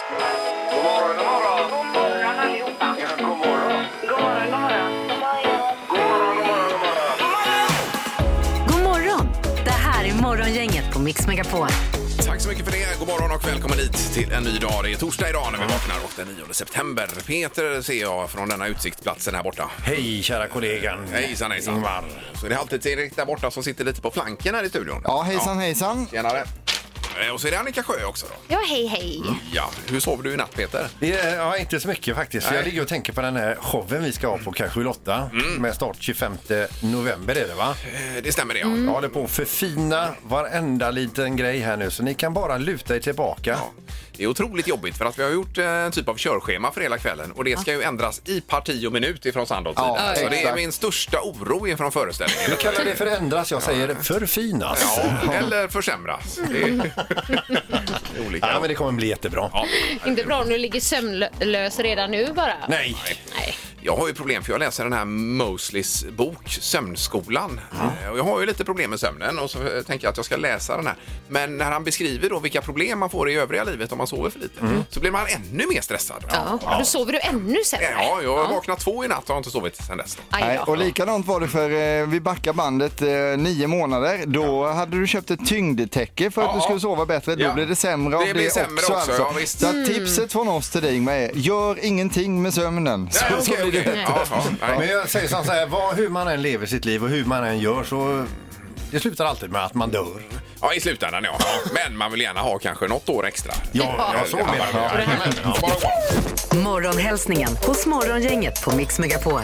God morgon, god morgon. God morgon allihopa. Ja, god morgon. God morgon, god morgon. God morgon, god morgon, god morgon. God morgon! Det här är Morgongänget på Mix Megapol. Tack så mycket för det. God morgon och välkommen hit till en ny dag. Det är torsdag idag när vi vaknar och den 9 september. Peter ser jag från denna utsiktsplatsen här borta. Hej kära kollegan. Hejsan, hejsan. Ingmar. Så det är alltid Erik där borta som sitter lite på flanken här i studion. Ja, hejsan, hejsan. Tjenare. Och så är det Annika Sjö också då. Ja, hej, hej. Ja, hur sov du i natt, Peter? Ja, inte så mycket faktiskt. Jag ligger och tänker på den här showen vi ska ha på kanske 8 med start 25 november är det va? Det stämmer det, ja. Jag håller på att förfina varenda liten grej här nu så ni kan bara luta er tillbaka. Ja. Det är otroligt jobbigt för att vi har gjort en typ av körschema för hela kvällen och det ska ju ändras i parti och minut ifrån Sandholts sida. Ja, så det är exakt. min största oro infrån föreställningen. Du kallar det förändras, jag säger förfinas. Ja, eller försämras. Det är olika. Ja, men det kommer bli jättebra. Ja. Inte bra om du ligger sömnlös redan nu bara. Nej. Jag har ju problem för jag läser den här Mosleys bok Sömnskolan. Och jag har ju lite problem med sömnen och så tänker jag att jag ska läsa den här. Men när han beskriver då vilka problem man får i övriga livet om man sover för lite så blir man ännu mer stressad. Ja. Då sover du ännu sämre. Ja, jag har vaknat 2 i natt och har inte sovit sedan dess. Aj, Nej, ja. och likadant var det för vi backar bandet 9 månader. Då hade du köpt ett tyngdtäcke för att du skulle sova bättre. Då Ja. blev det sämre av Det blir sämre också, ja, visst. Så att tipset från oss till dig Ingmar är, gör ingenting med sömnen. Nej, okej. Ja, nej. Men jag säger så här, hur man än lever sitt liv och hur man än gör så det slutar alltid med att man dör. Ja, i slutändan ja. Men man vill gärna ha kanske något år extra. Ja, så menar jag. Morgonhälsningen hos Morgongänget på Mix Megapol.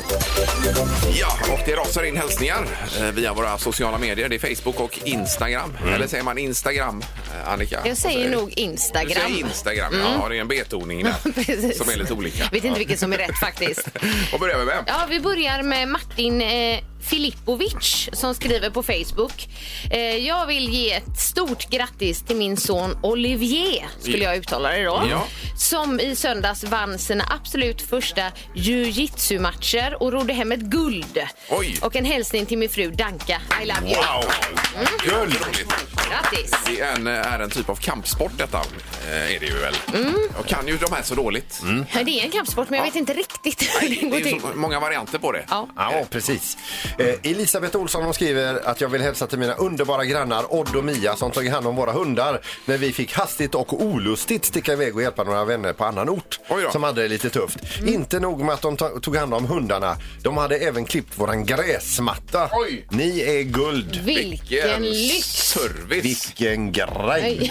Ja, och det rasar in hälsningar via våra sociala medier. Det är Facebook och Instagram. Eller säger man Instagram, Annika? Jag säger nog Du Instagram. säger Instagram, ja. Det är en betoning där Precis. som är lite olika. Vet inte vilket som är rätt faktiskt. Vad börjar vi med? Ja, vi börjar med Martin Filippovic som skriver på Facebook. Jag vill ge ett stort grattis till min son Olivier, skulle jag uttala det då. Ja. Som i söndags vann sina absolut första jiu-jitsu-matcher och rodde hem ett guld. Oj. Och en hälsning till min fru Danka. I love you. Wow! Guld! Grattis! Det är en typ av kampsport detta, är det ju väl. Jag kan ju de här så dåligt. Ja, det är en kampsport, men jag vet inte riktigt hur det går Det är till. så många varianter på det. Ja. Ja, precis. Elisabeth Olsson skriver att jag vill hälsa till mina underbara grannar Odd och Mia som tog hand om våra hundar när vi fick hastigt och olustigt sticka iväg och hjälpa några vänner på annan ort som hade det lite tufft. Inte nog med att de tog hand om hundarna, de hade även klippt våran gräsmatta. Oj. Ni är guld. Vilken lyx! service! Vilken grej.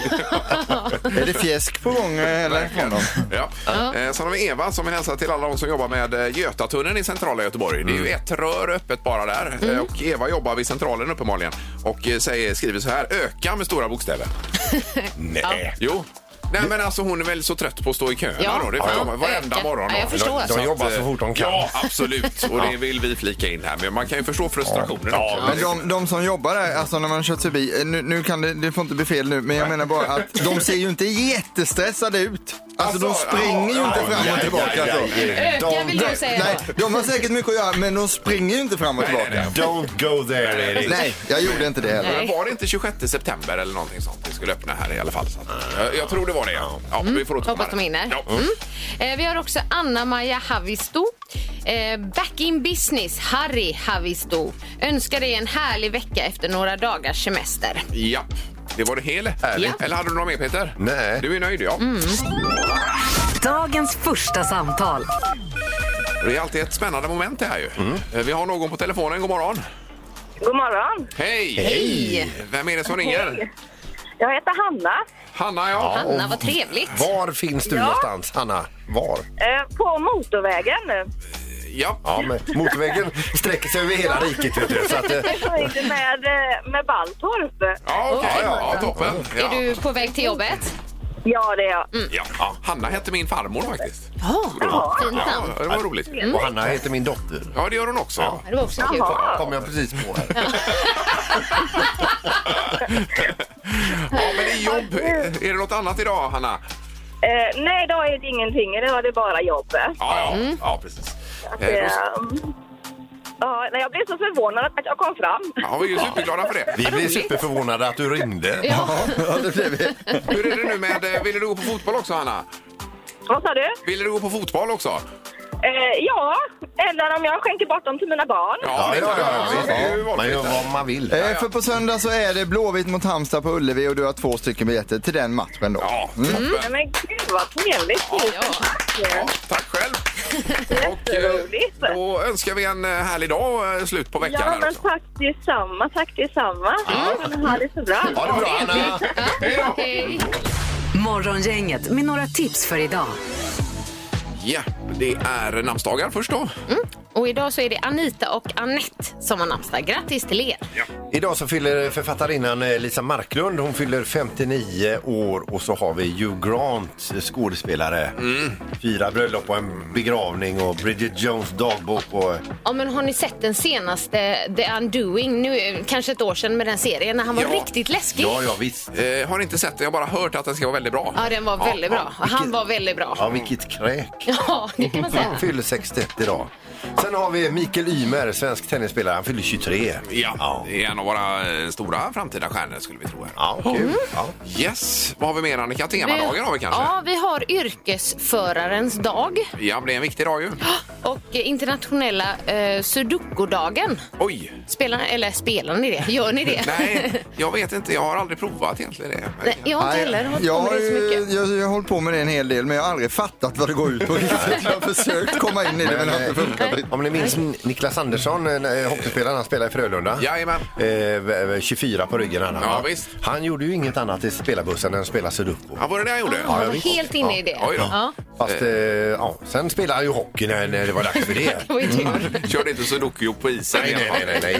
Är det fjäsk på gång eller från dem? Ja. Sen har vi Eva som vill hälsa till alla de som jobbar med Götatunneln i centrala Göteborg. Det är ju ett rör öppet bara där. Och Eva jobbar vid centralen uppenbarligen. Och skriver så här, öka med stora bokstäver. Nej. Jo. Nej men alltså hon är väl så trött på att stå i köerna Ja. då. Det får jobba varenda Öka. morgon. Ja, jag då. förstår. De jobbar så fort de kan. Ja, absolut. Och det vill vi flika in här. Men man kan ju förstå frustrationen också. Men de som jobbar där, alltså när man kört förbi, nu kan det får inte bli fel nu, men jag menar bara att de ser ju inte jättestressade ut. Alltså de springer ju inte fram och tillbaka. Öka vill du säga. Nej, de har säkert mycket att göra, men de springer ju inte fram och tillbaka. Don't go there, Erik. Nej, jag gjorde inte det heller. Men var det inte 26 september eller någonting sånt? Det skulle öppna här i alla fall. Så att, jag tror det var det, ja. Vi får återkomma. Hoppas de hinner. Ja. Vi har också Anna-Maja Havisto. Back in business, Harry Havisto. Önskar dig en härlig vecka efter några dagars semester. Ja, det var det hela. Ja. Eller hade du något mer, Peter? Nej. Du är nöjd, ja. Dagens första samtal. Det är alltid ett spännande moment det här ju. Vi har någon på telefonen, god morgon. God morgon. Hej! Hej! Vem är det som ringer? Jag heter Hanna. Hanna, ja. Hanna, vad trevligt. Var finns du någonstans, Hanna? Var? På motorvägen. Ja. Men motorvägen sträcker sig över hela riket, vet du. Så att, Höjd med Balltorp. Ja, okej. Ja, toppen. Ja. Är du på väg till jobbet? Ja, det är jag. Ja. Hanna hette min farmor faktiskt. Ja, fint Ja, namn. det var roligt. och Hanna heter min dotter. Ja, det gör hon också. Ja. Det var också kul. Kom jag precis på här. Ja, men det är jobb. Är det något annat idag, Hanna? Nej, idag är det ingenting. Idag är det bara jobbet. Ja, precis. Ja, jag blev så förvånad att jag kom fram. Ja, vi är superglada för det. Vi blev superförvånade att du ringde. Ja. Ja, det blev vi. Hur är det nu med, vill du gå på fotboll också, Hanna? Vad sa du? Vill du gå på fotboll också? Ja, eller om jag skänker bort dem till mina barn. Ja. Man gör vad man vill. För på söndag så är det Blåvitt mot Halmstad på Ullevi och du har 2 stycken biljetter till den matchen då. Ja, Men gud vad trevligt. Ja, tack själv. Och då önskar vi en härlig dag, slut på veckan. Ja, men tack detsamma. Tack detsamma. Ha det så bra. Ha det bra, Anna. Hej. Morgongänget med några tips för idag. Ja, det är namnsdagar först då. Och idag så är det Anita och Annette som har namnsdag. Grattis till er. Idag så fyller författarinnan Lisa Marklund, hon fyller 59 år och så har vi Hugh Grant, skådespelare. 4 bröllop och en begravning och Bridget Jones dagbok. Och... Ja, men har ni sett den senaste The Undoing, nu kanske ett år sedan med den serien när han var riktigt läskig? Ja, visst. Har inte sett det, jag har bara hört att den ska vara väldigt bra. Ja, den var väldigt bra. Han var väldigt bra. Ja, vilket kräk. Ja, det kan man säga. Han fyller 61 idag. Sen har vi Mikael Ymer, svensk tennisspelare. Han fyller 23. Ja, det är en av våra stora framtida stjärnor skulle vi tro. Ja, kul. Ja. Yes, vad har vi mer, Annika? Temadagen har vi kanske? Ja, vi har yrkesförarens dag. Ja, det är en viktig dag ju. Och internationella sudoku-dagen. Oj! Spelar ni det? Gör ni det? Nej, jag vet inte. Jag har aldrig provat egentligen det. Nej, jag har inte heller hållit på med det så mycket. Jag har hållit på med det en hel del, men jag har aldrig fattat vad det går ut på. Jag har försökt komma in i det, men det har inte funkat. Om ni minns Niklas Andersson, hockeyspelaren, han spelar i Frölunda. Jajamän. 24 på ryggen. Ja, visst. Han gjorde ju inget annat i spelarbussen än att spela sudoku. Ja, var det han gjorde? Jag var helt inne i det. Oj då. Ja. Fast sen spelade han ju hockey när det var dags för det. Det var ju tur. Körde inte sudoku på isen i alla fall.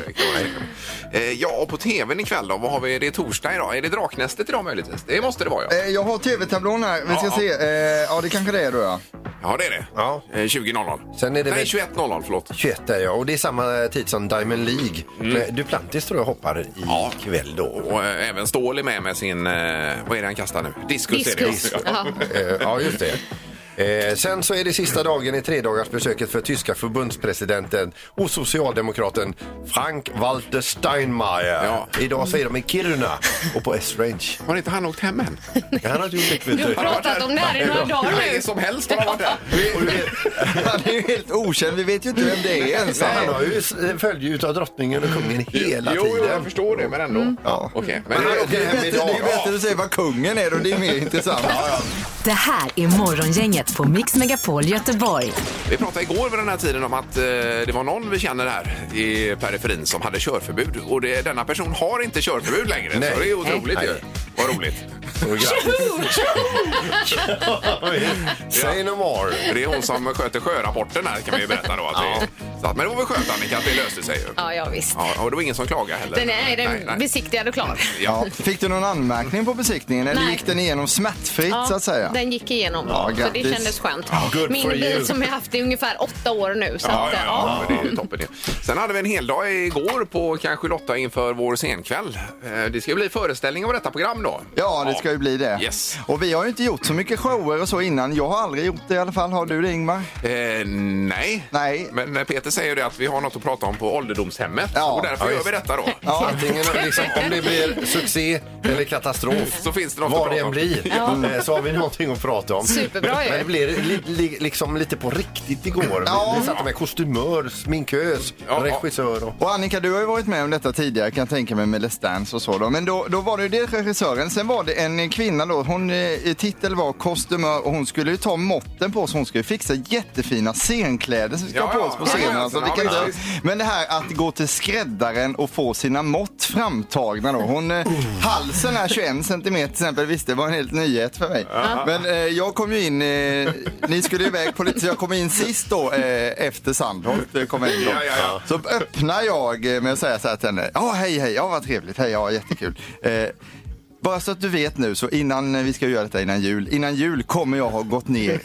Nej. Ja, och på tvn ikväll då, vad har vi? Det är torsdag idag. Är det Draknästet idag möjligtvis? Det måste det vara, ja. Jag har tv-tablån här, vi ska se. Ja, det kanske det är då, ja. Ja, det är det. Ja. 20.00. Sen är det Nej, 21.00, förlåt. 21 är jag, och det är samma tid som Diamond League. Duplantis tror jag hoppar ikväll då. Och även Ståhl är med sin, vad är det han kastar nu? Diskus. Ja. Ja, just det. Sen så är det sista dagen i 3-dagarsbesöket för tyska förbundspresidenten och socialdemokraten Frank-Walter Steinmeier. Ja. Idag så är de i Kiruna och på S-Range. Har inte han åkt hem än? Han har inte gjort det, vet Du har pratat om det här i några dagar Hur länge nu. som helst har han varit där. Han är ju helt okänd, vi vet ju inte vem det är ens. Han har ju följer ju av drottningen och kungen hela Jo, tiden. jag förstår det, men ändå. Ja. Okej. Men Men han det, åker hem Det idag. är bättre att säga vad kungen är och det är mer intressant. Det här är Morgongänget på Mix Megapol Göteborg. vi pratade igår vid den här tiden om att det var någon vi känner här i periferin som hade körförbud. Och denna person har inte körförbud längre. Nej. Så det är otroligt Nej. ju. Vad roligt. Say no more. Det är hon som sköter sjörapporten här, kan vi ju berätta då. Att så att, men det var väl skönt, Annika, att det löste sig ju. Ja, visst. Ja, och det var ingen som klagade heller. Den besiktigad och klar. Ja. Fick du någon anmärkning på besiktningen eller Nej. gick den igenom smärtfritt så att säga? Den gick igenom. Ja, så det grattis. kändes skönt. Good Min for bil you. som jag haft i ungefär 8 år nu. Så Ja, att, ja, det är ju toppen det. Sen hade vi en hel dag igår på kanske Lotta inför vår scenkväll. Det ska ju bli föreställning av detta program då. Ja, det ska ju bli det. Yes. Och vi har ju inte gjort så mycket shower och så innan. Jag har aldrig gjort det i alla fall. Har du det, Ingmar? Nej. Nej. Men Peter säger ju det att vi har något att prata om på ålderdomshemmet. Ja. Och därför gör vi detta då. Ja. Antingen liksom, om det blir succé eller katastrof, Så finns det något vad att det prata än om. blir, så har vi någonting att prata om. Superbra ju. Men det blir liksom lite på riktigt igår. Ja. Vi satt med kostymör, sminkös, Ja. regissör och... Och Annika, du har ju varit med om detta tidigare, kan jag tänka mig, med Let's Dance och så då. Men då var det ju det regissören. Sen var det en kvinna då, hon titel var kostymör och hon skulle ju ta måtten på oss. Hon skulle fixa jättefina scenkläder som vi ska Ja, ha på oss på ja. scenen. Ja, Alltså, ja, vi kan visst. Men det här att gå till skräddaren och få sina mått framtagna då. Hon, halsen är 21 centimeter till exempel, visst det var en helt nyhet för mig. Men jag kom ju in, ni skulle iväg på lite, så jag kom in sist då efter Sandholt kom in då. Ja. Så öppnar jag med att säga så här till henne. Ja, hej, ja vad trevligt, hej, ja jättekul. Bara så att du vet nu, så innan vi ska göra detta innan jul kommer jag ha gått ner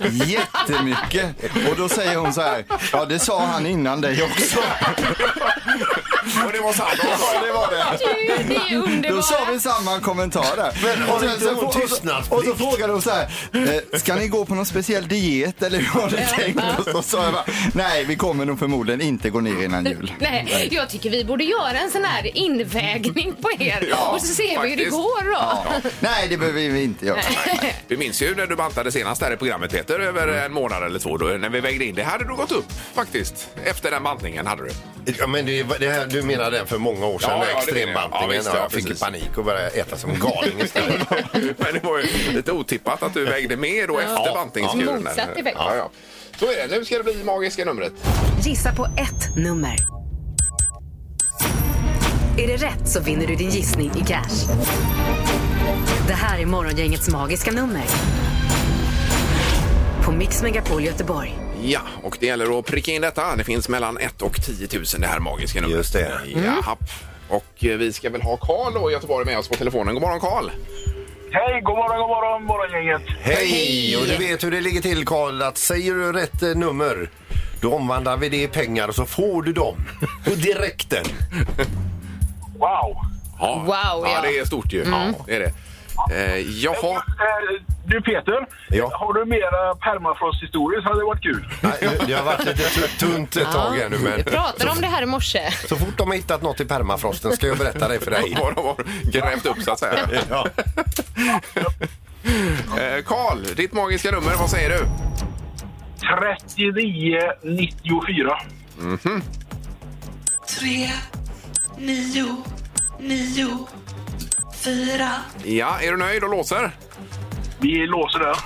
jättemycket. Och då säger hon så här, ja det sa han innan dig också. Och det var sant. Ja, det var det. Det är underbart. Då sa vi samma kommentar där. Men har inte hon tystnadsplikt? Och så frågade de så här, ska ni gå på någon speciell diet eller hur har ni tänkt? Och så sa jag bara, nej, vi kommer nog förmodligen inte gå ner innan jul. Nej, jag tycker vi borde göra en sån här invägning på er. Ja, och så ser vi hur det faktiskt. går då. Ja. Nej, det behöver vi inte göra. Vi minns ju när du bantade senast här i programmet, Peter, över en månad eller två. Då, när vi vägde in det hade du gått upp faktiskt. Efter den bantningen hade du. Ja, men det här, du menar den för många år sedan, Ja, med ja, det menar jag. extrembantningen. Ja, visst, ja, jag fick ju precis. panik och började äta som galning istället. Men det var ju lite otippat att du vägde med då efter bantningskuren. Motsatt effekt. Ja, ja. Så är det. Nu ska det bli magiska numret. Gissa på ett nummer. Är det rätt så vinner du din gissning i cash. Det här är Morgongängets magiska nummer. På Mix Megapol Göteborg. Ja, och det gäller att pricka in detta. Det finns mellan 1 och 10 000 det här magiska numret. Just det. Jaha. Och vi ska väl ha Karl då i Göteborg med oss på telefonen. God morgon, Karl. Hej, god morgon, morgongänget. Hej! Och du vet hur det ligger till, Karl, att säger du rätt nummer, då omvandlar vi det i pengar och så får du dem på direkten. Wow. Ja, Wow, ja. det är stort ju. Ja, det är det. Jaha. Du Peter, Ja. har du mera permafrosthistorier så hade det varit kul. Nej, det har varit lite tunt ett tag här nu, Vi men pratade om det här i morse. så fort de har hittat något i permafrosten ska jag berätta det för dig. Vad de har grävt upp så att säga. Ja. Karl, ditt magiska nummer, vad säger du? 3994. 3, 9, 9, 4. Ja, är du nöjd och låser? Vi låser där.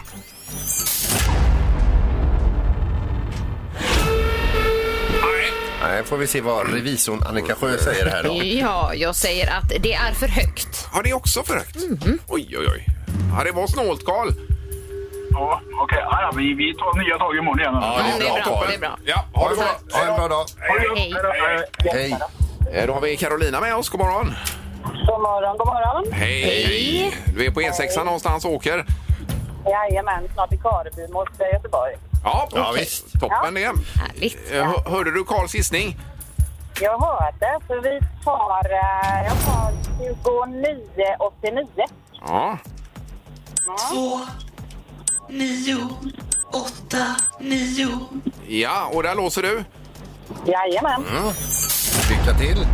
Nej, får vi se vad revisorn Annika Sjö säger här då. Ja, jag säger att det är för högt. Ja, det är också för högt. Oj, oj, oj. Ja, det var snålt, Karl. Ja, okej. Ja, vi tar nya tag imorgon igen. Ja, det är bra, toppen. det är bra. Ja, ha det bra. Ha en bra dag. Ha det gott. Hej. Hej. Då har vi Carolina med oss. God morgon. God morgon, god morgon. Hej. Du är på E6 någonstans och åker. Jajamän, snart i Kareby mot Göteborg. Ja, Ja, okej. visst. Toppen det. Härligt. Hörde du Karls gissning? Jag hörde, så vi tar, jag tar 2989. Ja. 2, 9, 8, 9. Ja, och där låser du. Jajamän. Lycka till.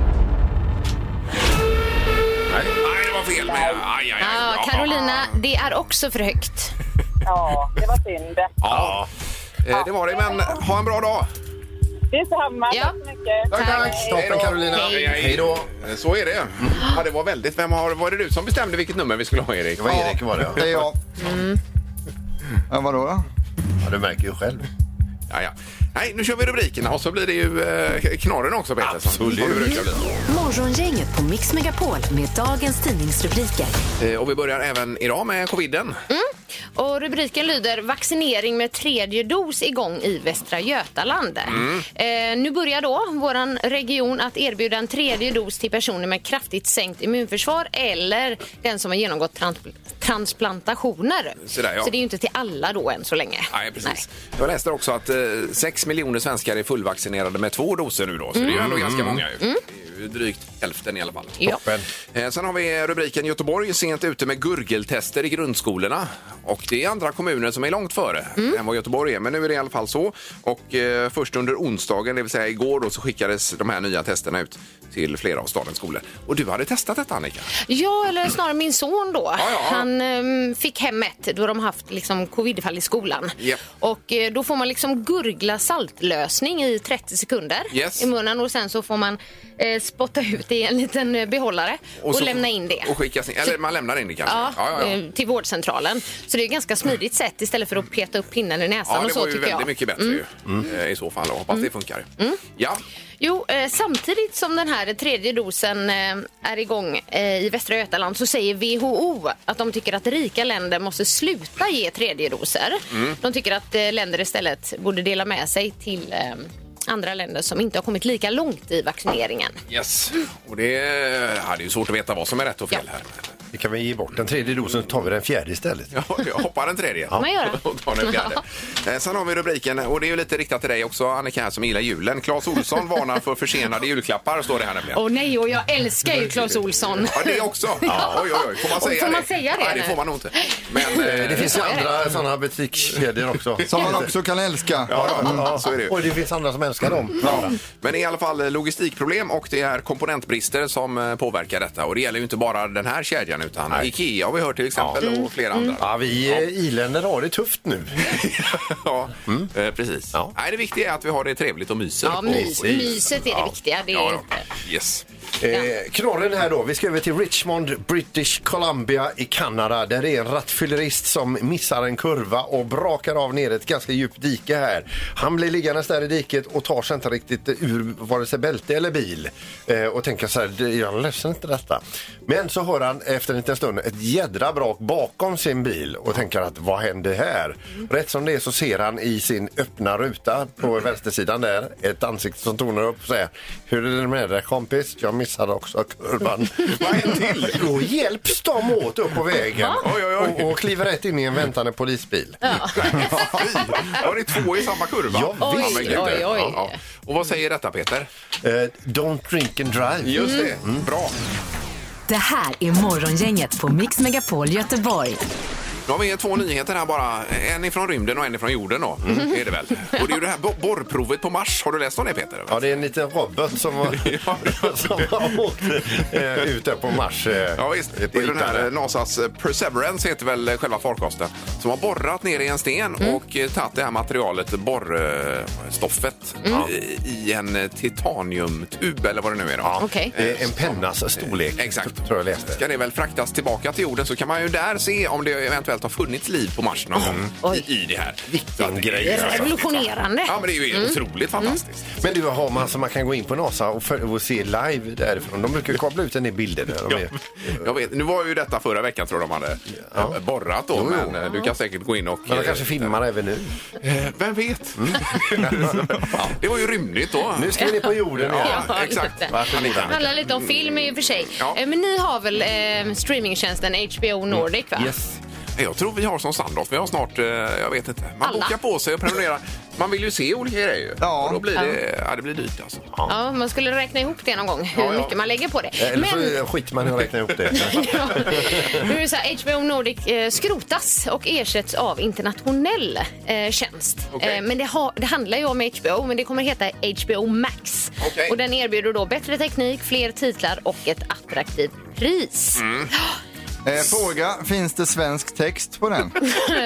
Nej, det var fel med. Aj, aj, aj. Ja, Carolina, det är också för högt. Ja, det var synd. Ja, det var det. Men ha en bra dag. Detsamma, Ja. tack så mycket. Tack. Toppen, Carolina. Hej då. Så är det. Ja, det var väldigt. Var det du som bestämde vilket nummer vi skulle ha, Erik? Det var Erik var det. Det är jag. Ja, vadå då? Ja, du märker ju själv. Ja, ja. Nej, nu kör vi rubrikerna och så blir det ju knorren också, Peter. Absolut. Som det brukar bli. Morgongänget på Mix Megapol med dagens tidningsrubriker. Och vi börjar även idag med coviden. Och rubriken lyder vaccinering med 3:e dos igång i Västra Götaland. Nu börjar då våran region att erbjuda en 3:e dos till personer med kraftigt sänkt immunförsvar eller den som har genomgått transplantationer. Så där, ja. Så det är ju inte till alla då än så länge. Nej, precis. Jag läste också att 6 miljoner svenskar är fullvaccinerade med 2 doser nu då. Så det är ju ändå ganska många. Det är ju drygt hälften i alla fall. Ja. Toppen. Sen har vi rubriken Göteborg sent ute med gurgeltester i grundskolorna. Och det är andra kommuner som är långt före än vad Göteborg är. Men nu är det i alla fall så. Och först under onsdagen, det vill säga igår då, så skickades de här nya testerna ut till flera av stadens skolor. Och du hade testat detta, Annika? Ja, eller snarare min son då. Ja. Han fick hem ett då de haft liksom covidfall i skolan. Yep. Och då får man liksom gurgla saltlösning i 30 sekunder Yes. i munnen och sen så får man spotta ut det i en liten behållare och så lämna in det. Och skickas in, eller man lämnar in det kanske? Ja, till vårdcentralen. Så det är ett ganska smidigt sätt istället för att peta upp pinnen i näsan Ja, och det så var ju tycker väldigt jag. mycket bättre ju, i så fall. Och hoppas det funkar. Ja. Jo, samtidigt som den här 3:e dosen är igång i Västra Götaland så säger WHO att de tycker att rika länder måste sluta ge 3:e doser. De tycker att länder istället borde dela med sig till andra länder som inte har kommit lika långt i vaccineringen. Yes. Och det är ju svårt att veta vad som är rätt och fel här. Det kan vi ge bort. Den tredje dosen tar vi den fjärde istället. Ja, jag hoppar den tredje. Man gör det. Och tar den fjärde. Sen har vi rubriken, och det är ju lite riktat till dig också, Annika, här som gillar julen. Claes Olsson varnar för försenade julklappar, står det här nämligen. Nej, och jag älskar ju Claes Olsson. Ja, det också. Ja. Oj. Får man säga får det? man säga det? Nej, det får man nog inte. Men Det finns ju andra sådana butikskedjor också. Som man också kan älska. Ja, så är det ju. Och det finns andra som älskar dem. Ja. Men i alla fall logistikproblem, och det är komponentbrister som påverkar detta. Och det gäller ju inte bara den här kedjan, utan Ikea har vi hört till exempel och flera andra. Ja, vi iländer har det tufft nu. Ja, precis. Ja. Nej, det viktiga är att vi har det trevligt och myser. Ja, myset är det viktiga. Det är Yes. Knorren här då, vi ska över till Richmond, British Columbia i Kanada. Där det är en rattfyllerist som missar en kurva och brakar av ner ett ganska djupt dike här. Han blir liggandes där i diket och tar sig inte riktigt ur vare sig bälte eller bil. Och tänker så här, jag löser inte detta. Men så hör han efter en liten stund ett jädra brak bakom sin bil och tänker att vad händer här? Rätt som det är så ser han i sin öppna ruta på vänstersidan där ett ansikte som tonar upp och säger: hur är det med dig kompis? Jag missade också kurvan. Vad är till? Då hjälps de åt upp på vägen och kliver rätt in i en väntande polisbil. Ja, det är två i samma kurva. Ja, visst. Ja. Och vad säger detta, Peter? Don't drink and drive. Just det, bra. Det här är Morgongänget på Mix Megapol Göteborg. Nu har vi två nyheter här bara. En ifrån rymden och en ifrån jorden då. Är det väl. Och det är ju det här borrprovet på Mars. Har du läst om det, Peter? Ja, det är en liten robot som har åkt ut där på Mars. Ja, visst. Det är den här NASAs Perseverance heter väl själva farkosten. Som har borrat ner i en sten och tagit det här materialet, borrstoffet, i en titaniumtub eller vad det nu är då. Ja, en pennas storlek. Exakt. Tror jag läste. Ska det väl fraktas tillbaka till jorden, så kan man ju där se om det eventuellt har funnits liv på Mars någon gång i det här. Vilken grej. Det är revolutionerande. Ja, men det är ju otroligt fantastiskt. Men du har man kan gå in på NASA och se live därifrån. De brukar kabla ut en del bilder där. Jag vet, nu var ju detta förra veckan tror de hade borrat då, men du kan säkert gå in och... Men de kanske filmar även nu. Vem vet? Det var ju rymligt då. Nu ska vi ner på jorden. Ja, exakt. Det handlar lite om film i och för sig. Ja. Men ni har väl streamingtjänsten HBO Nordic, va? Yes. Jag tror vi har som standard. Vi har snart, jag vet inte. Man Alla. bokar på sig och prenumererar. Man vill ju se olika grejer. Ja. Och då blir det, det blir dyrt alltså. Ja, man skulle räkna ihop det någon gång, hur mycket man lägger på det. Eller så skiter man i att räkna ihop det. Nu är det så här, HBO Nordic skrotas och ersätts av internationell tjänst. Okay. Men det handlar ju om HBO, men det kommer heta HBO Max. Okay. Och den erbjuder då bättre teknik, fler titlar och ett attraktivt pris. Fråga, finns det svensk text på den?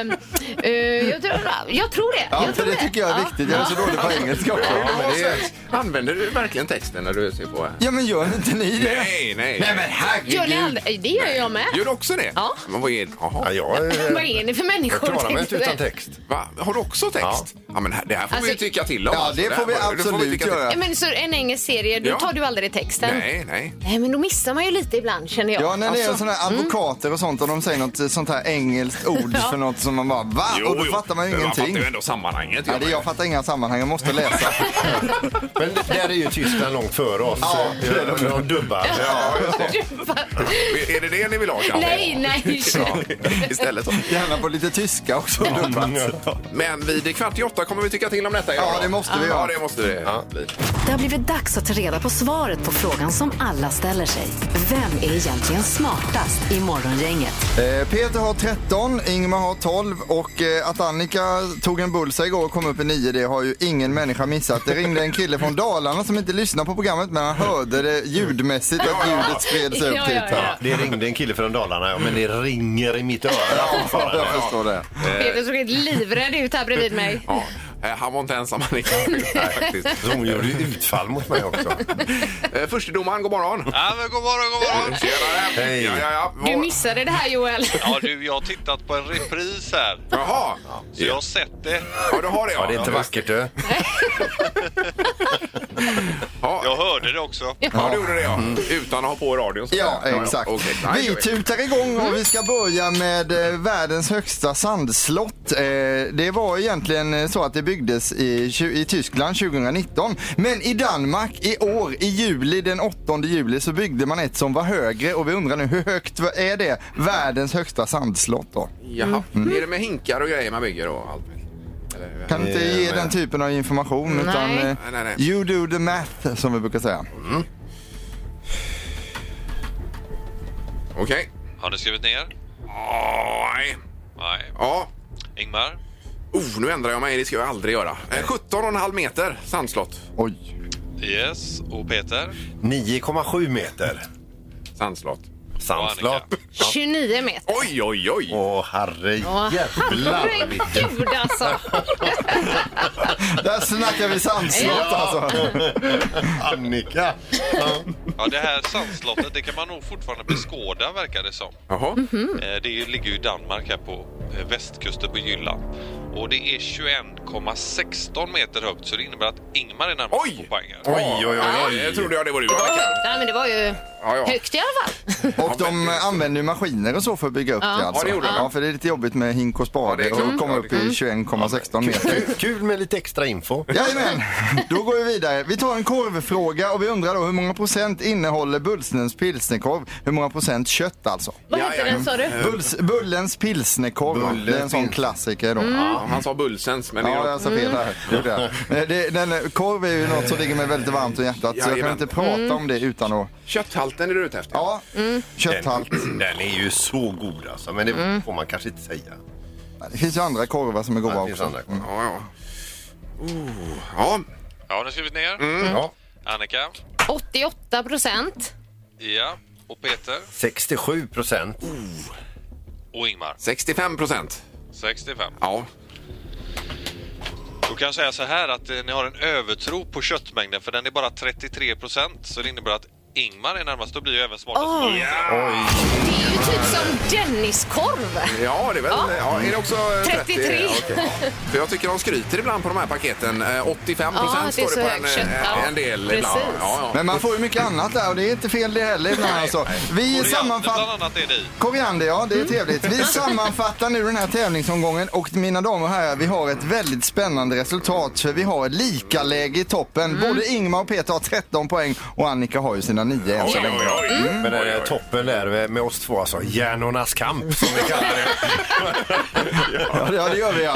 Jag tror det. Ja, för det tycker jag är viktigt. Jag är så dålig på engelska också. Använder du verkligen texten när du ser på här? Ja, men gör inte ni det? Nej. Nej, men herregud. Gör ni aldrig? Det gör jag med. Gör du också det? Ja. Men vad är det? Jaha. Vad är det för människor? Jag klarar mig inte utan text. Va? Har du också text? Ja, men det här får vi tycka till om. Ja, det får vi absolut göra. Men så en engelsk serie, då tar du aldrig texten? Nej. Nej, men då missar man ju lite ibland, känner jag. Ja, när det är såna här advokater och sånt och de säger något sånt här engelskt ord för något som man bara, va? Och då fattar man ju ingenting. Man fattar ju ändå sammanhanget. Ja, jag fattar inga sammanhang, jag måste läsa. Men där är ju Tyskland långt före oss. Ja, de dubbar. Ja, är det ni vill ha kanske? Nej. Istället så. Gärna på lite tyska också. Men vid 7:15 kommer vi tycka till om detta. Ja, det måste vi. Ja, det måste vi. Ja. Det har blivit dags att ta reda på svaret på frågan som alla ställer sig. Vem är egentligen smartast i Morgongänget? Peter har 13, Ingmar har 12 och att Annika tog en bullseye igår och kom upp i 9, det har ju ingen människa missat. Det ringde en kille från Dalarna som inte lyssnade på programmet, men han hörde det ljudmässigt att ljudet spreds upp till. Det ringde en kille från Dalarna, men det ringer i mitt öra. Jag förstår det. Peter såg helt livrädd ut här bredvid mig. Ja. Han var inte ensam, Annika. Faktiskt. Så hon gjorde ju utfall mot mig också. Förstedomaren, god morgon. Ja, men god morgon. Tjenare. Hej. Ja. Du missade det här, Joel. Ja, jag har tittat på en repris här. Jaha. Så jag har sett det. Ja, du har det. Ja, det är inte vackert, du. Jag hörde det också. Ja, du gjorde det, ja. Utan att ha på radion. Ja, exakt. Okay. Vi tutar igång och vi ska börja med världens högsta sandslott. Det var egentligen så att det byggdes i Tyskland 2019. Men i Danmark i år, i juli, den 8 juli, så byggde man ett som var högre. Och vi undrar nu, hur högt är det? Världens högsta sandslott då? Jaha, är det med hinkar och grejer man bygger och allt? Kan inte ge den typen av information, utan nej. you do the math, som vi brukar säga. Okej. Har ni skrivit ner? Nej. Nej. Ja. Ingmar? Nu ändrar jag mig, det ska jag aldrig göra. 17,5 meter sandslott. Oj. Yes. Och Peter? 9,7 meter. Sandslott. Sandslott. 29 meter. Oj. Herre jävlar. Herregud alltså. Där snackar vi sandslott alltså. Annika. Ja, det här sandslottet, det kan man nog fortfarande beskåda, verkar det som. Jaha. Det ligger ju i Danmark här på västkusten på Jylland. Och det är 21,16 meter högt, så det innebär att Ingmar är närmast på poängen. Oj. Jag trodde det var du. Nej, men det var ju högt i alla fall. Och de använder ju maskiner och så för att bygga upp det alltså. Ja, det gjorde de. Ja, för det är lite jobbigt med hink och spade och komma upp i 21,16 meter. Kul med lite extra info. Jajamän, då går vi vidare. Vi tar en korvfråga och vi undrar då hur många procent innehåller Bullsnens pilsnerkorv? Hur många procent kött alltså? Vad heter den, sa du? Bullens pilsnerkorv, det är en sån klassiker då. Ja, han sa Bullsens, men det Ja, jag sa fel här. Den korv är ju något som ligger mig väldigt varmt om hjärtat, så jag kan inte prata om det utan att... Kötthalten är du ute efter? Ja, kötthalt. Den är ju så god alltså, men det får man kanske inte säga. Det finns ju andra korvar som är goda också. Ja. Har ni skrivit ner? Ja. Annika? 88%. Ja. Och Peter? 67%. Och Ingmar? 65%. 65. Ja. Då kan jag säga så här att ni har en övertro på köttmängden, för den är bara 33%, så det innebär att Ingmar är närmast, då blir ju även smartast. Det är ju typ som Denniskorv. Ja, det är väl. Ja, är det också 33? Okay. För jag tycker de skryter ibland på de här paketen. 85% står det på en del ibland. Ja. Men man får ju mycket annat där och det är inte fel det heller ibland alltså. Vi sammanfattar... bland annat är det i. Koriander, ja, det är trevligt. Vi sammanfattar nu den här tävlingsomgången och mina damer och herrar, vi har ett väldigt spännande resultat, för vi har ett lika läge i toppen. Både Ingmar och Peter har 13 poäng och Annika har ju sina 9 än så länge. Men det är toppen där med oss två alltså. Hjärnornas kamp som vi kallar det. Ja, det gör vi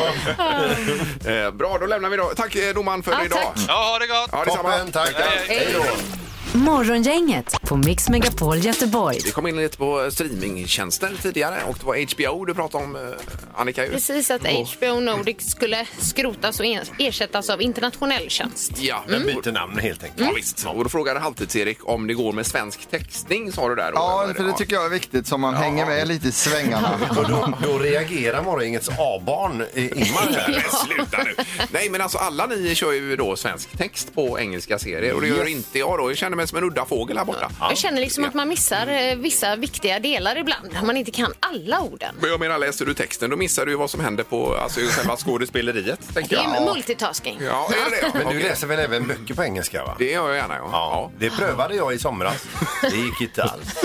Bra, då lämnar vi då. Tack domaren för idag. Tack. Ja, ha det gott. Ja, det är samma. Tack. Hej då. Morgongänget på Mix Megapol Göteborg. Vi kom in lite på streamingtjänster tidigare och det var HBO du pratade om, Annika. Precis, att HBO Nordic skulle skrotas och ersättas av internationell tjänst. Ja, Den byter namn helt enkelt. Ja, visst. Och då frågade Halvtids-Erik om det går med svensk textning, sa du där. Ja, för det tycker jag är viktigt så man hänger med lite i svängarna. Och då reagerar Morgongängets A-barn Ingmar här. Sluta nu. Nej, men alltså alla ni kör ju då svensk text på engelska serier och det gör inte jag då. Jag känner mig som en udda fågel här borta. Jag känner liksom att man missar vissa viktiga delar ibland. Om man inte kan alla orden. Men jag menar, läser du texten då missar du ju vad som händer på själva skådespeleriet, tänker Det jag. är multitasking. Ja, är det? Men du läser väl även böcker på engelska, va? Det gör jag gärna, ja. Det prövade jag i somras. Det gick inte alls.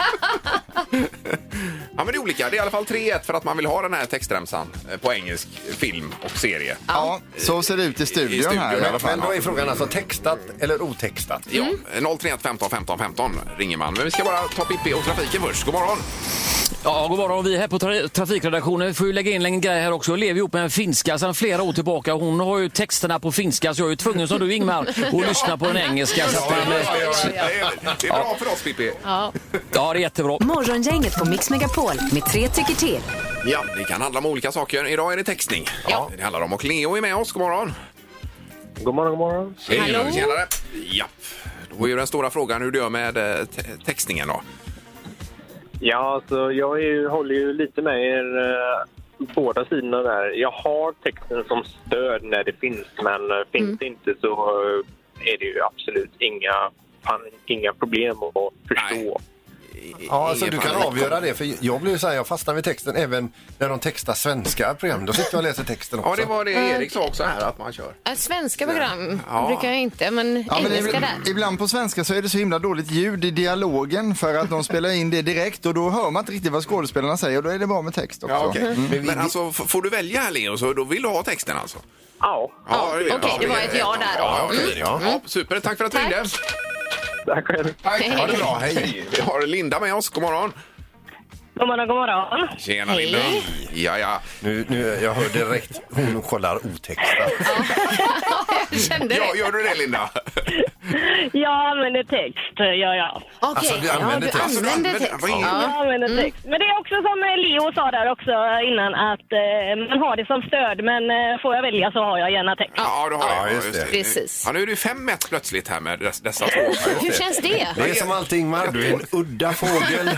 Ja, men det är olika. Det är i alla fall 3-1 för att man vill ha den här textremsan på engelsk film och serie. Ja, så ser det ut i studion här i alla fall. Men då är frågan alltså textat eller otextat? Ja, 031 15 15 15 ringer man. Men vi ska bara ta Pippi och trafiken först. God morgon! Ja, god morgon. Vi här på trafikredaktionen får ju lägga in en grej här också. Jag lever ihop med en finska sedan flera år tillbaka. Hon har ju texterna på finska, så jag är ju tvungen som du, Ingmar, att lyssna på den engelska. Så att det är bra för oss, Pippi. Ja, det är jättebra. Morgongänget på Mix Megapol med 3 tycker till. Ja, det kan handla om olika saker. Idag är det textning. Ja. Det handlar om, och Leo är med oss. God morgon! God morgon, god morgon. Hej, tjenare. Ja, då är ju den stora frågan hur du gör med textningen då. Ja, alltså jag håller ju lite med er båda sidorna där. Jag har texten som stöd när det finns, men finns det inte så är det ju absolut inga problem att förstå. Ja, alltså du kan avgöra det, för jag blir så här, jag fastnar vid texten även när de textar svenska program. Då sitter jag och läser texten också. Ja, det var det Erik sa också här, att man kör. Svenska program brukar jag inte, men engelska där. Ibland på svenska så är det så himla dåligt ljud i dialogen för att de spelar in det direkt och då hör man inte riktigt vad skådespelarna säger och då är det bra med text också. Ja, okay. Men alltså, får du välja här, Leo, så då vill du ha texten alltså? Ja. Okej, det var ett ja där. Ja, super, tack för att du ringde. Tack själv. Ha det bra, hej. Vi har Linda med oss, god morgon. God morgon. Tjena Linda. Ja. Nu, jag hör direkt, hon kollar otextat. Jag kände det. Ja, gör du det, Linda? Jag använder text, ja. Okej, Alltså, du använder text. Du använder text. Jag använder text. Men det är också som Leo sa där också innan, att man har det som stöd, men får jag välja så har jag gärna text. Ja, du har det. Just det. Precis. Ja, nu är det 5-1 plötsligt här med dessa två. Hur känns det? Det är som allting, Ingmar, du är en udda fågel.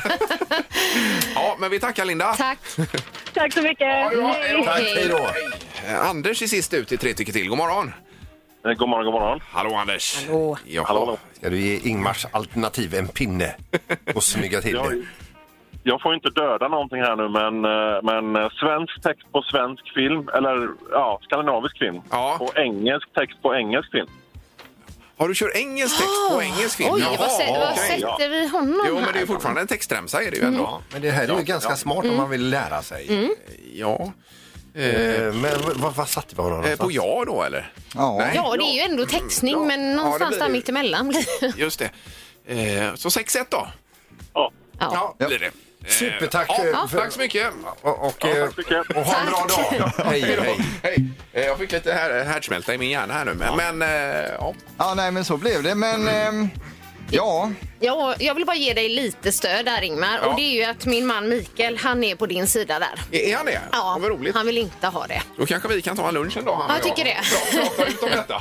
Ja, men vi tackar Linda. Tack. Tack så mycket. Tack, hej då. Anders är sist ut i 3 tycker till. God morgon. God morgon. Hallå Anders. Hallå. Ska du ge Ingmars alternativ en pinne och smyga till det? Jag får inte döda någonting här nu, men svensk text på svensk film, eller skandinavisk film. Ja. Och engelsk text på engelsk film. Har du kört engelsk text på engelsk film? Oj, vad sätter vi honom Jo, men det är här? ju fortfarande en textremsa är det ju ändå. Ja, men det här är ju ganska smart om man vill lära sig. Ja. Men vad satte vi honom? På ja då, eller? Ja. Nej. Ja, det är ju ändå textning, men någonstans blir där det. mitt emellan blir det. Just det. Så 6-1 då? Ja. Blir det. Supertack. Tack så mycket. Och ha en bra dag. Hej. Jag fick lite härdsmälta i min hjärna här nu. Men ja. Ja, nej men så blev det. Men ja. Ja, jag vill bara ge dig lite stöd där, Ingmar. Och det är ju att min man Mikael, han är på din sida där. Är han det? Ja, vad roligt. han vill inte ha det. Då kanske vi kan ta en lunch en dag. Jag tycker det. Prata ut om detta.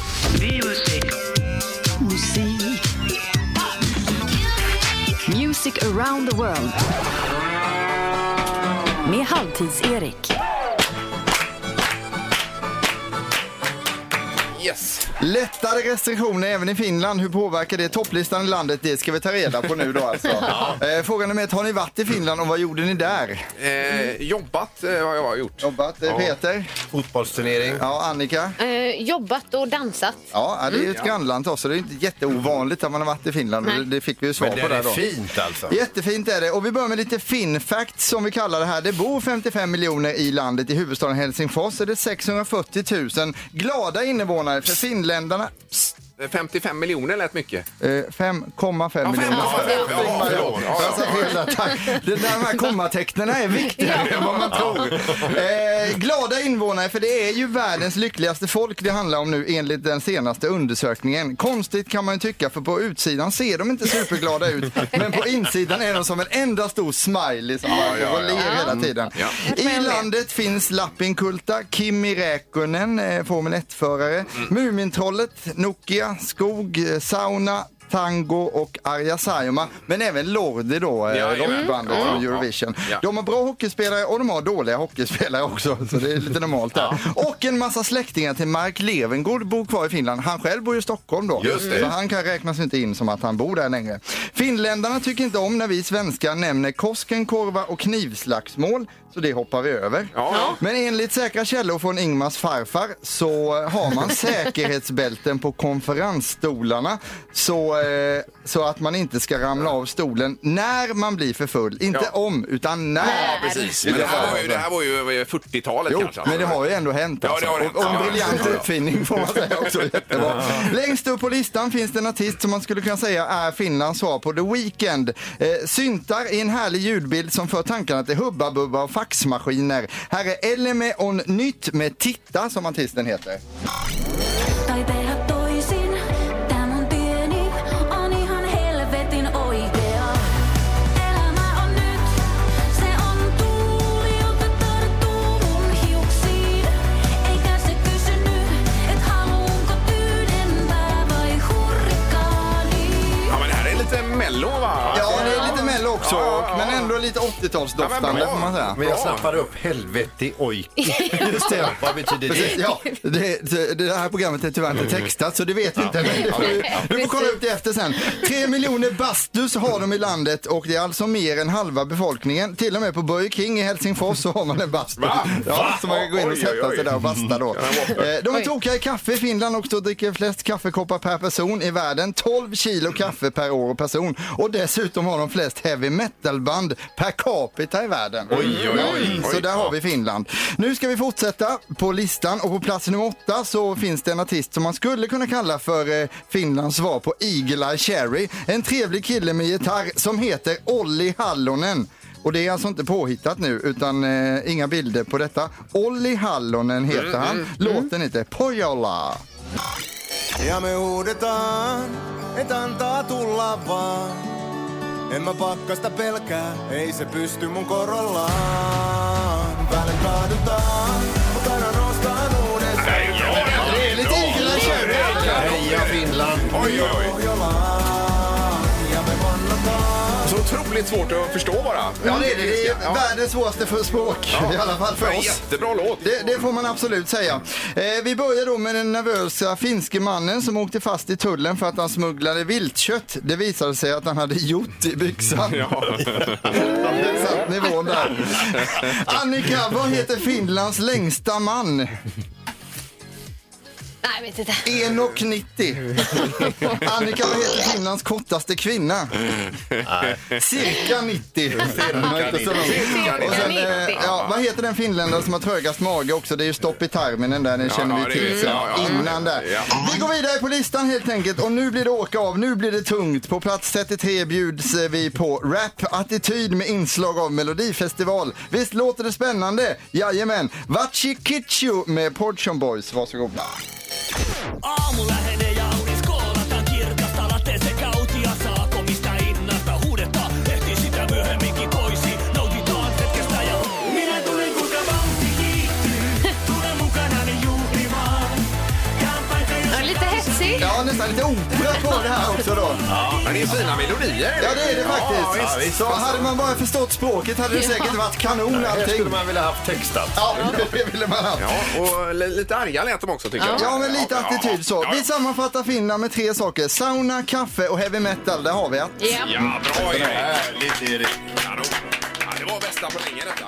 Music around the world. Med Halvtids-Erik. Yes. Lättare restriktioner även i Finland. Hur påverkar det topplistan i landet? Det ska vi ta reda på nu då alltså. Frågan nummer 1. Har ni varit i Finland och vad gjorde ni där? Jobbat har jag gjort. Jobbat. Peter? Fotbollsturnering. Ja, Annika? Jobbat och dansat. Ja, det är ju ett grannland till oss så det är inte jätteovanligt att man har varit i Finland. Nej. Det fick vi ju svar Men på det där är då. fint alltså. Jättefint är det. Och vi börjar med lite fin facts som vi kallar det här. Det bor 55 miljoner i landet. I huvudstaden Helsingfors är det 640 000 glada invånare. För finländarna... 55 miljoner lät mycket. 5,5 miljoner. De här kommatecknena är viktigare än vad man tror. Glada invånare, för det är ju världens lyckligaste folk det handlar om nu enligt den senaste undersökningen. Konstigt kan man ju tycka, för på utsidan ser de inte superglada ut, men på insidan är de som en enda stor smiley som bara ler hela tiden. I landet finns Lappinkulta, Kimi Räikkönen, Formel 1-förare, Mumintrollet, Nokia, Skog, Sauna, Tango och Arja Saijonmaa, men även Lordi då, rockbandet från Eurovision. De har bra hockeyspelare och de har dåliga hockeyspelare också, så det är lite normalt där. Och en massa släktingar till Mark Levengood bor kvar i Finland. Han själv bor i Stockholm då, så han kan räknas inte in som att han bor där längre. Finländarna tycker inte om när vi svenskar nämner Koskenkorva och knivslagsmål, så det hoppar vi över. Men enligt säkra källor från Ingmars farfar så har man säkerhetsbälten på konferensstolarna så att man inte ska ramla av stolen när man blir för full. Inte om, utan när. Ja, precis. Men det här var ju 40-talet kanske. Men det har ju ändå hänt. Alltså. Ja, det har hänt. Och en briljant uppfinning får man säga också. Jättebra. Längst upp på listan finns det en artist som man skulle kunna säga är Finlands svar på The Weeknd. Syntar i en härlig ljudbild som för tankarna till Hubba Bubba och faxmaskiner. Här är Eleme on Nytt med Titta som artisten heter. Mello, va? Ja, det är lite mello också, men ändå lite 80-talsdoftande får man säga. Men jag snappade upp helvete oj. Just det, vad betyder det? Ja, det här programmet är tyvärr inte textat så det vet vi inte. Du får kolla upp det efter sen. 3 miljoner bastus har de i landet och det är alltså mer än halva befolkningen. Till och med på Burger King i Helsingfors så har man en bastu. Ja, så man kan gå in och sätta sig där och basta då. De är tokiga i kaffe i Finland också och dricker flest kaffekoppar per person i världen. 12 kilo kaffe per år och person. Och dessutom har de flest heavy metal-band per capita i världen. Så där har vi Finland. Nu ska vi fortsätta på listan och på plats nummer 8 så finns det en artist som man skulle kunna kalla för Finlands svar på Eagle Eye Cherry. En trevlig kille med gitarr som heter Olli Hallonen. Och det är alltså inte påhittat nu utan inga bilder på detta. Olli Hallonen heter han. Låten heter Pojola. Ja me huudetaan, et antaa tulla vaan. En mä pakkasta pelkää, ei se pysty mun korollaan. Päälle kaadutaan, mutta aina nostaan uudestaan. Det är lite Eagle Eye Cherry. Heja Finland. Oj. Ja me vannotaan. Så otroligt svårt att förstå bara. Ja, det är världens svåraste för språk. I alla fall för oss. Jättebra låt. Det får man absolut säga. Vi börjar då med den nervösa finske mannen som åkte fast i tullen för att han smugglade viltkött. Det visade sig att han hade gjort i byxan. Det satt nivån där. Annika, vad heter Finlands längsta man? Nej, jag vet inte. 1,90. Annika, vad heter Finlands kortaste kvinna? Cirka 90. Och sen, vad heter den finländare som har trögast mage också? Det är ju stopp i tarmen där, ni känner vi till innan där. Vi går vidare på listan helt enkelt och nu blir det åka av, nu blir det tungt. På plats 33 bjuds vi på rap-attityd med inslag av Melodifestival. Visst låter det spännande? Jajamän. Vachi Kitchu med Portion Boys, varsågoda. Aamu lähenee ja auris koolataan kirkasta lateeseen kautia saako mistä innasta huudetaan ehtii sitä myöhemminkin poisi nautitaan hetkestä ja minä tulen kuinka vauhti kiihtyy tulen mukanani juhlimaan Lite hetsig. Ja, nästan lite opera på det här också då. Men det är fina melodier. Ja, det är det faktiskt. Så hade man bara förstått språket hade det säkert varit kanon allting. Det skulle man vilja haft textat. Ja, det ville man haft. Ja, och lite arga lät de också tycker jag. Ja, men lite attityd så. Vi sammanfattar Finland med 3 saker. Sauna, kaffe och heavy metal, där har vi att. Ja, bra Erik. Härligt Erik. Ja, det var bästa på länge detta.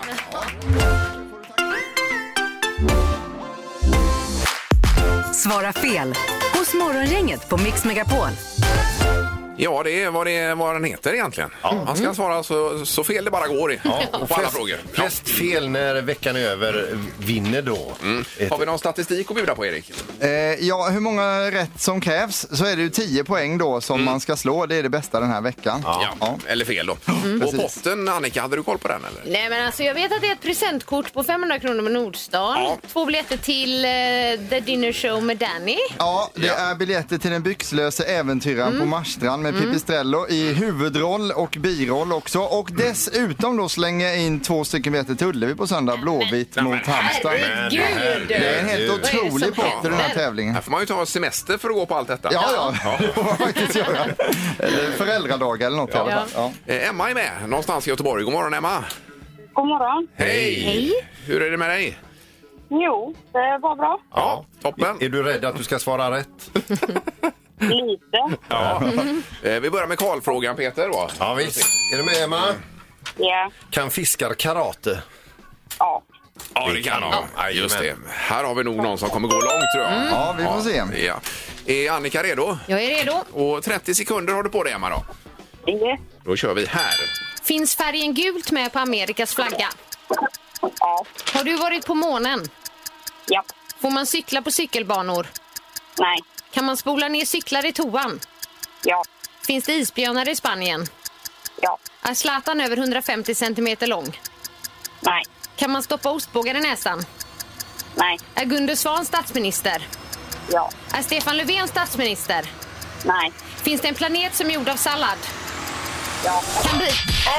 Svara fel hos Morgongänget på Mix Megapol. Ja, det är vad den heter egentligen. Man ska svara så fel det bara går på alla frågor. Flest fel när veckan är över vinner då. Har vi någon statistik att bjuda på, Erik? Ja, hur många rätt som krävs så är det ju 10 poäng då som man ska slå. Det är det bästa den här veckan. Ja. Eller fel då. Och potten, Annika, hade du koll på den eller? Nej, men alltså jag vet att det är ett presentkort på 500 kronor med Nordstan. 2 biljetter till The Dinner Show med Danny. Ja, det är biljetter till den byxlöse äventyraren på Marstrand med Pipistrello i huvudroll och biroll också. Och dessutom då slänga in 2 stycken biljetter till Ullevi på söndag, Blåvitt mot Halmstad. Herregud! Det är en helt otrolig pott i den här tävlingen. Här får man ju ta semester för att gå på allt detta. Ja. Det får man faktiskt göra. Eller föräldradagar eller något i alla fall. Emma är med, någonstans i Göteborg. God morgon Emma. God morgon. Hej! Hur är det med dig? Jo, det var bra. Ja, toppen. Är du rädd att du ska svara rätt? Lite. Ja. Vi börjar med Karl-frågan, Peter. Då. Ja, visst. Är du med, Emma? Ja. Kan fiskar karate? Ja. Ja, det kan de. Ja, just det. Här har vi nog någon som kommer gå långt, tror jag. Ja, vi får se. Ja. Är Annika redo? Jag är redo. Och 30 sekunder har du på dig, Emma, då. Ja. Då kör vi här. Finns färgen gult med på Amerikas flagga? Ja. Har du varit på månen? Ja. Får man cykla på cykelbanor? Nej. Kan man spola ner cyklar i toan? Ja. Finns det isbjörnar i Spanien? Ja. Är Zlatan över 150 centimeter lång? Nej. Kan man stoppa ostbågar i näsan? Nej. Är Gunde Svan statsminister? Ja. Är Stefan Löfven statsminister? Nej. Finns det en planet som är gjord av sallad? Ja. Kan bli.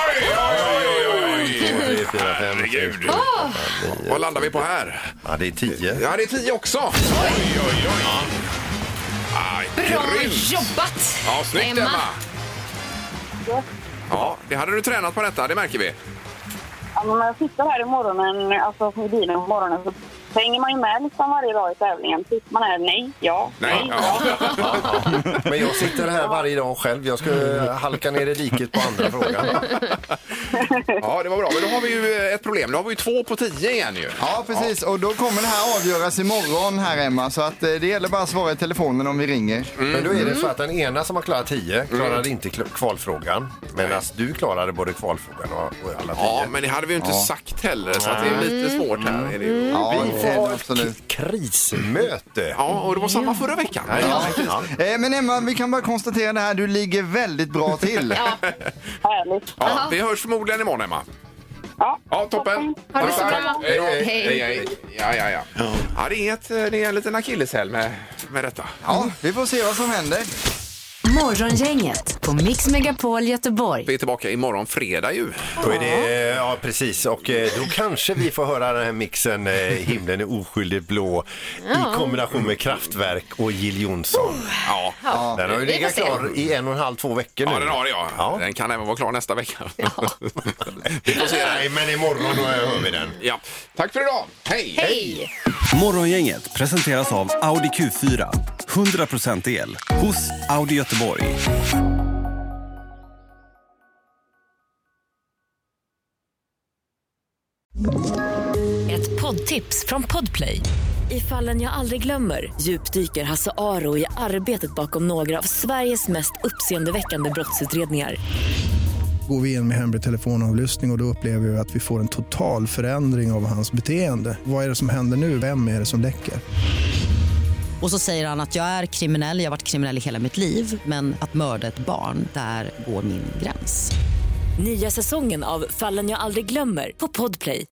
Oj! Herregud. Vad landar vi på här? Ja, det är 10. Ja, det är 10 också. Oj. Bra jobbat, Ja, snyggt Emma. Ja, det hade du tränat på detta, det märker vi. Ja, men när jag sitter här i morgonen, alltså i bilen på morgonen, så hänger man ju med liksom varje dag i tävlingen. Sitter man här, nej, ja, nej, ja. Men jag sitter här varje dag själv. Jag ska halka ner i diket på andra frågan. Ja, det var bra. Men då har vi ju ett problem. Då har vi ju 2 på 10 igen ju. Ja, precis. Och då kommer det här avgöras imorgon här, Emma. Så att det gäller bara att svara i telefonen om vi ringer. Men då är det så att den ena som har klarat 10 klarade inte kvalfrågan. Medan du klarade både kvalfrågan och alla 10. Ja, men det hade vi ju inte sagt heller. Så att det är lite svårt här. Är det ju. Ja, Vi får ett krismöte. Ja, och det var samma förra veckan. Men Emma, vi kan bara konstatera det här. Du ligger väldigt bra till. Härligt. Ja, vi hörs förmodligen imorgon, Emma. Ja, toppen. Ha det så bra. Hej. Ja, det är en liten akilleshäl med detta. Ja, vi får se vad som händer. Morgongänget på Mix Megapol Göteborg. Vi är tillbaka imorgon fredag ju. Då är det, ja precis, och då kanske vi får höra den här mixen Himlen är oskyldigt blå i kombination med Kraftwerk och Jill Johnson. Ja. Den har ju legat klar i 1,5-2 veckor nu. Ja, den har det, ja. Den kan även vara klar nästa vecka. Vi får se. Nej, men imorgon hör vi den. Ja. Tack för idag. Hej! Morgongänget presenteras av Audi Q4. 100% el hos Audi Göteborg. Ett poddtips från Podplay. I Fallen jag aldrig glömmer djupdyker Hasse Aro i arbetet bakom några av Sveriges mest uppseendeväckande brottsutredningar. Går vi in med hemlig telefonavlyssning och då upplever vi att vi får en total förändring av hans beteende. Vad är det som händer nu? Vem är det som läcker? Och så säger han att jag är kriminell, jag har varit kriminell i hela mitt liv. Men att mörda ett barn, där går min gräns. Nya säsongen av Fallen jag aldrig glömmer på Podplay.